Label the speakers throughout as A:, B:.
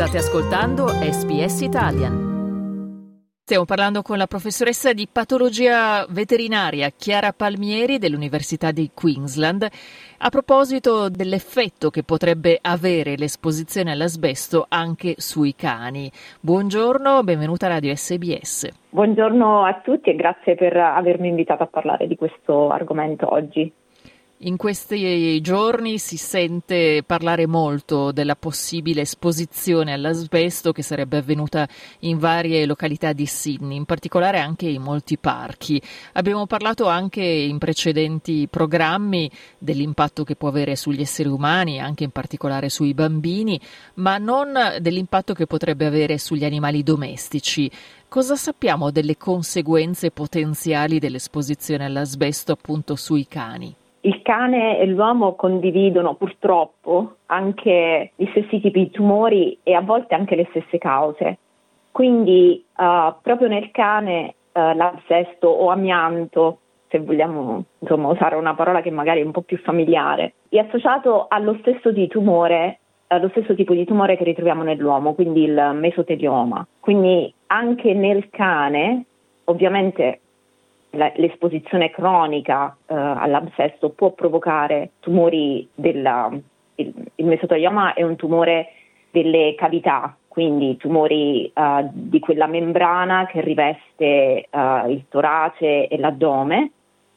A: State ascoltando SBS Italian. Stiamo parlando con la professoressa di patologia veterinaria Chiara Palmieri dell'Università di Queensland a proposito dell'effetto che potrebbe avere l'esposizione all'asbesto anche sui cani. Buongiorno, benvenuta a Radio SBS.
B: Buongiorno a tutti e grazie per avermi invitato a parlare di questo argomento oggi.
A: In questi giorni si sente parlare molto della possibile esposizione all'asbesto che sarebbe avvenuta in varie località di Sydney, in particolare anche in molti parchi. Abbiamo parlato anche in precedenti programmi dell'impatto che può avere sugli esseri umani, anche in particolare sui bambini, ma non dell'impatto che potrebbe avere sugli animali domestici. Cosa sappiamo delle conseguenze potenziali dell'esposizione all'asbesto appunto sui cani?
B: Il cane e l'uomo condividono purtroppo anche gli stessi tipi di tumori e a volte anche le stesse cause. Quindi proprio nel cane l'asbesto o amianto, se vogliamo usare una parola che magari è un po' più familiare, è associato allo stesso tipo di tumore che ritroviamo nell'uomo, quindi il mesotelioma. Quindi anche nel cane, ovviamente, l'esposizione cronica all'asbesto può provocare tumori il mesotelioma è un tumore delle cavità, quindi tumori di quella membrana che riveste il torace e l'addome,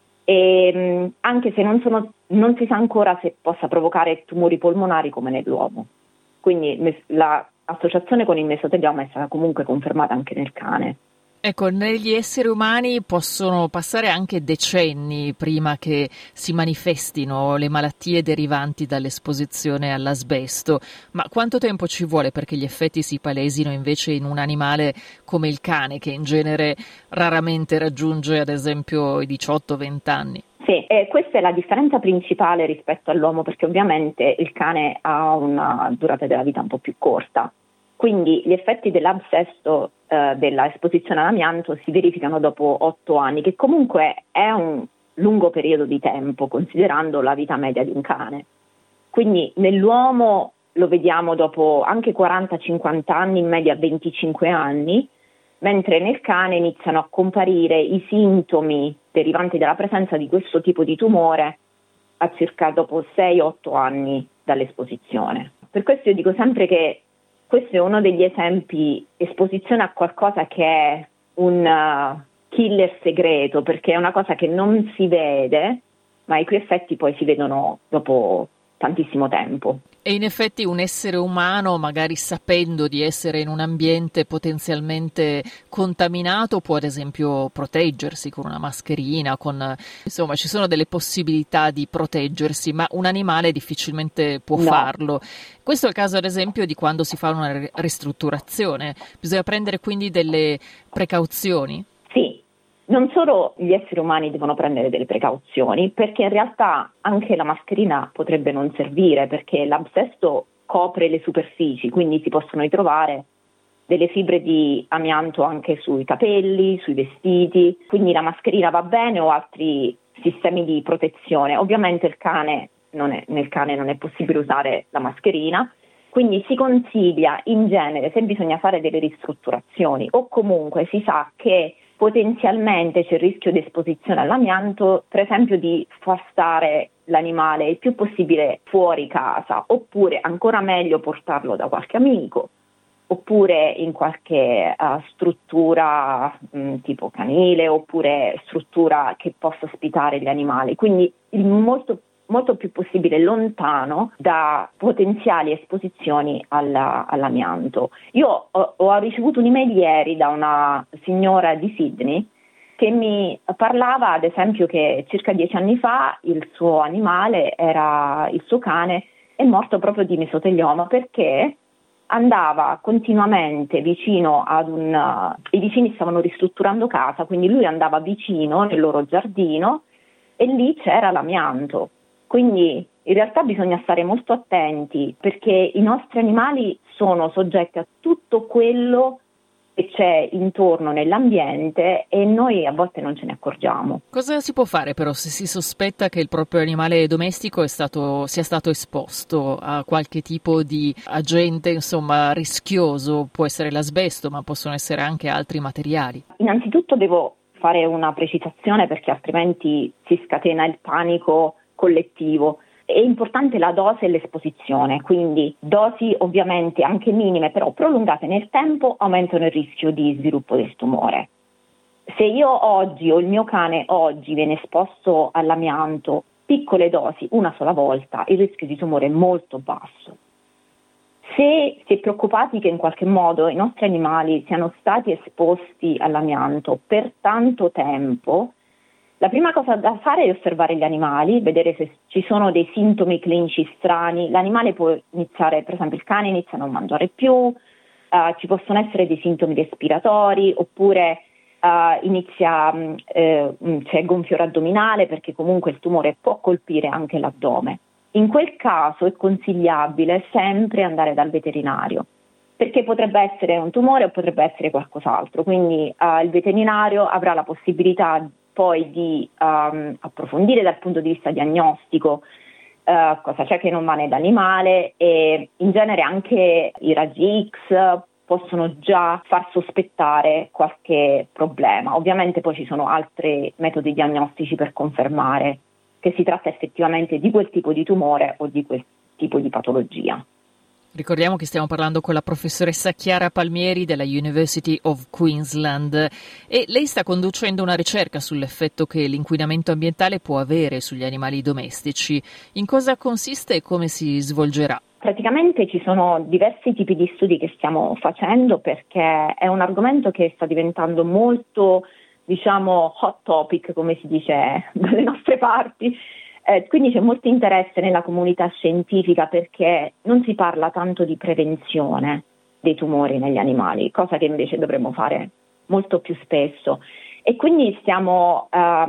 B: e anche se non si sa ancora se possa provocare tumori polmonari come nell'uomo. Quindi l'associazione con il mesotelioma è stata comunque confermata anche nel cane.
A: Ecco, negli esseri umani possono passare anche decenni prima che si manifestino le malattie derivanti dall'esposizione all'asbesto, ma quanto tempo ci vuole perché gli effetti si palesino invece in un animale come il cane, che in genere raramente raggiunge ad esempio i 18-20 anni?
B: Sì, questa è la differenza principale rispetto all'uomo, perché ovviamente il cane ha una durata della vita un po' più corta. Quindi gli effetti dell'asbesto, della esposizione all'amianto, si verificano dopo 8 anni, che comunque è un lungo periodo di tempo, considerando la vita media di un cane. Quindi nell'uomo lo vediamo dopo anche 40-50 anni, in media 25 anni, mentre nel cane iniziano a comparire i sintomi derivanti dalla presenza di questo tipo di tumore a circa dopo 6-8 anni dall'esposizione. Per questo io dico sempre che questo è uno degli esempi, esposizione a qualcosa che è un killer segreto, perché è una cosa che non si vede, ma i cui effetti poi si vedono dopo tantissimo tempo.
A: E in effetti un essere umano, magari sapendo di essere in un ambiente potenzialmente contaminato, può ad esempio proteggersi con una mascherina, insomma ci sono delle possibilità di proteggersi, ma un animale difficilmente può farlo. Questo è il caso ad esempio di quando si fa una ristrutturazione. Bisogna prendere quindi delle precauzioni?
B: Sì. Non solo gli esseri umani devono prendere delle precauzioni, perché in realtà anche la mascherina potrebbe non servire, perché l'asbesto copre le superfici, quindi si possono ritrovare delle fibre di amianto anche sui capelli, sui vestiti, quindi la mascherina va bene o altri sistemi di protezione. Ovviamente nel cane non è possibile usare la mascherina, quindi si consiglia in genere, se bisogna fare delle ristrutturazioni o comunque si sa che potenzialmente c'è il rischio di esposizione all'amianto, per esempio di far stare l'animale il più possibile fuori casa, oppure ancora meglio portarlo da qualche amico, oppure in qualche struttura tipo canile, oppure struttura che possa ospitare gli animali. Quindi molto più possibile lontano da potenziali esposizioni all'amianto. Io ho ricevuto un'email ieri da una signora di Sydney che mi parlava ad esempio che circa 10 anni fa il suo cane è morto proprio di mesotelioma, perché andava continuamente vicino i vicini stavano ristrutturando casa, quindi lui andava vicino nel loro giardino e lì c'era l'amianto. Quindi in realtà bisogna stare molto attenti, perché i nostri animali sono soggetti a tutto quello che c'è intorno nell'ambiente e noi a volte non ce ne accorgiamo.
A: Cosa si può fare però se si sospetta che il proprio animale domestico sia stato esposto a qualche tipo di agente, insomma, rischioso? Può essere l'asbesto, ma possono essere anche altri materiali.
B: Innanzitutto devo fare una precisazione perché altrimenti si scatena il panico collettivo. È importante la dose e l'esposizione, quindi dosi ovviamente anche minime, però prolungate nel tempo aumentano il rischio di sviluppo del tumore. Se io oggi o il mio cane oggi viene esposto all'amianto, piccole dosi una sola volta, il rischio di tumore è molto basso. Se si è preoccupati che in qualche modo i nostri animali siano stati esposti all'amianto per tanto tempo, la prima cosa da fare è osservare gli animali, vedere se ci sono dei sintomi clinici strani. L'animale può iniziare, per esempio il cane inizia a non mangiare più, ci possono essere dei sintomi respiratori, oppure c'è gonfiore addominale perché comunque il tumore può colpire anche l'addome. In quel caso è consigliabile sempre andare dal veterinario, perché potrebbe essere un tumore o potrebbe essere qualcos'altro, quindi il veterinario avrà la possibilità poi di approfondire dal punto di vista diagnostico cosa c'è che non va nell'animale, e in genere anche i raggi X possono già far sospettare qualche problema. Ovviamente poi ci sono altri metodi diagnostici per confermare che si tratta effettivamente di quel tipo di tumore o di quel tipo di patologia.
A: Ricordiamo che stiamo parlando con la professoressa Chiara Palmieri della University of Queensland e lei sta conducendo una ricerca sull'effetto che l'inquinamento ambientale può avere sugli animali domestici. In cosa consiste e come si svolgerà?
B: Praticamente ci sono diversi tipi di studi che stiamo facendo perché è un argomento che sta diventando molto, hot topic, come si dice dalle nostre parti. Quindi c'è molto interesse nella comunità scientifica perché non si parla tanto di prevenzione dei tumori negli animali, cosa che invece dovremmo fare molto più spesso. E quindi stiamo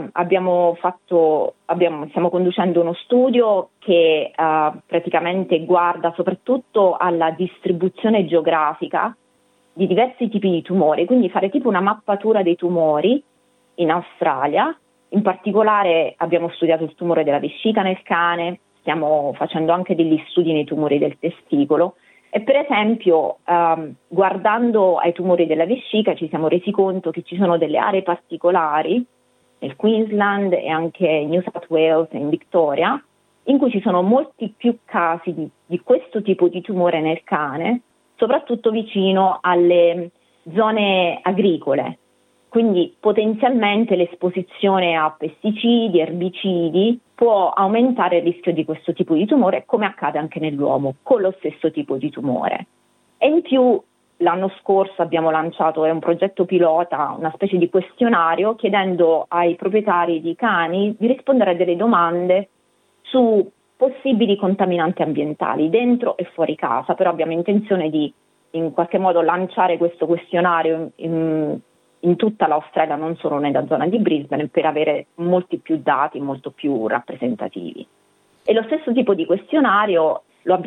B: conducendo uno studio che praticamente guarda soprattutto alla distribuzione geografica di diversi tipi di tumori, quindi fare tipo una mappatura dei tumori in Australia. In particolare abbiamo studiato il tumore della vescica nel cane, stiamo facendo anche degli studi nei tumori del testicolo e per esempio guardando ai tumori della vescica ci siamo resi conto che ci sono delle aree particolari nel Queensland e anche in New South Wales e in Victoria in cui ci sono molti più casi di questo tipo di tumore nel cane, soprattutto vicino alle zone agricole. Quindi potenzialmente l'esposizione a pesticidi, erbicidi può aumentare il rischio di questo tipo di tumore, come accade anche nell'uomo, con lo stesso tipo di tumore. E in più l'anno scorso abbiamo lanciato un progetto pilota, una specie di questionario, chiedendo ai proprietari di cani di rispondere a delle domande su possibili contaminanti ambientali dentro e fuori casa, però abbiamo intenzione di in qualche modo lanciare questo questionario in tutta l'Australia, non solo nella zona di Brisbane, per avere molti più dati, molto più rappresentativi. E lo stesso tipo di questionario lo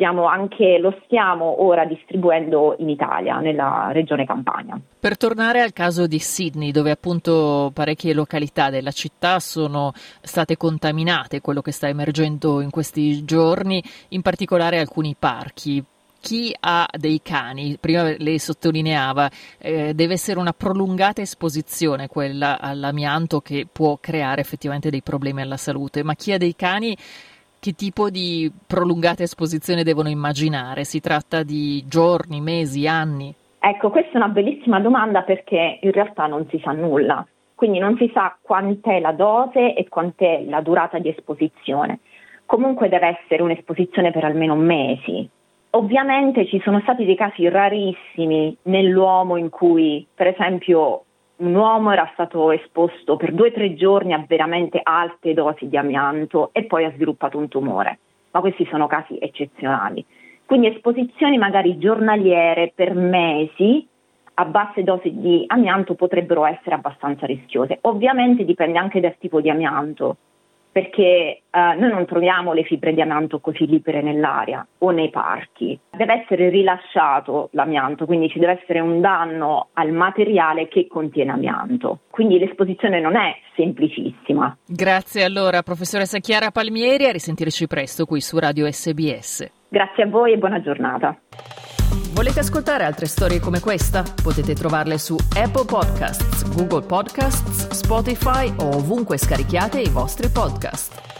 B: stiamo ora distribuendo in Italia, nella regione Campania.
A: Per tornare al caso di Sydney, dove appunto parecchie località della città sono state contaminate, quello che sta emergendo in questi giorni, in particolare alcuni parchi. Chi ha dei cani, prima lei sottolineava, deve essere una prolungata esposizione quella all'amianto che può creare effettivamente dei problemi alla salute, ma chi ha dei cani che tipo di prolungata esposizione devono immaginare? Si tratta di giorni, mesi, anni?
B: Ecco, questa è una bellissima domanda perché in realtà non si sa nulla, quindi non si sa quant'è la dose e quant'è la durata di esposizione. Comunque deve essere un'esposizione per almeno mesi. Ovviamente ci sono stati dei casi rarissimi nell'uomo in cui, per esempio, un uomo era stato esposto per 2 o 3 giorni a veramente alte dosi di amianto e poi ha sviluppato un tumore, ma questi sono casi eccezionali. Quindi esposizioni magari giornaliere per mesi a basse dosi di amianto potrebbero essere abbastanza rischiose. Ovviamente dipende anche dal tipo di amianto. perché noi non troviamo le fibre di amianto così libere nell'aria o nei parchi. Deve essere rilasciato l'amianto, quindi ci deve essere un danno al materiale che contiene amianto. Quindi l'esposizione non è semplicissima.
A: Grazie allora, professoressa Chiara Palmieri, a risentirci presto qui su Radio SBS.
B: Grazie a voi e buona giornata.
A: Volete ascoltare altre storie come questa? Potete trovarle su Apple Podcasts, Google Podcasts, Spotify o ovunque scarichiate i vostri podcast.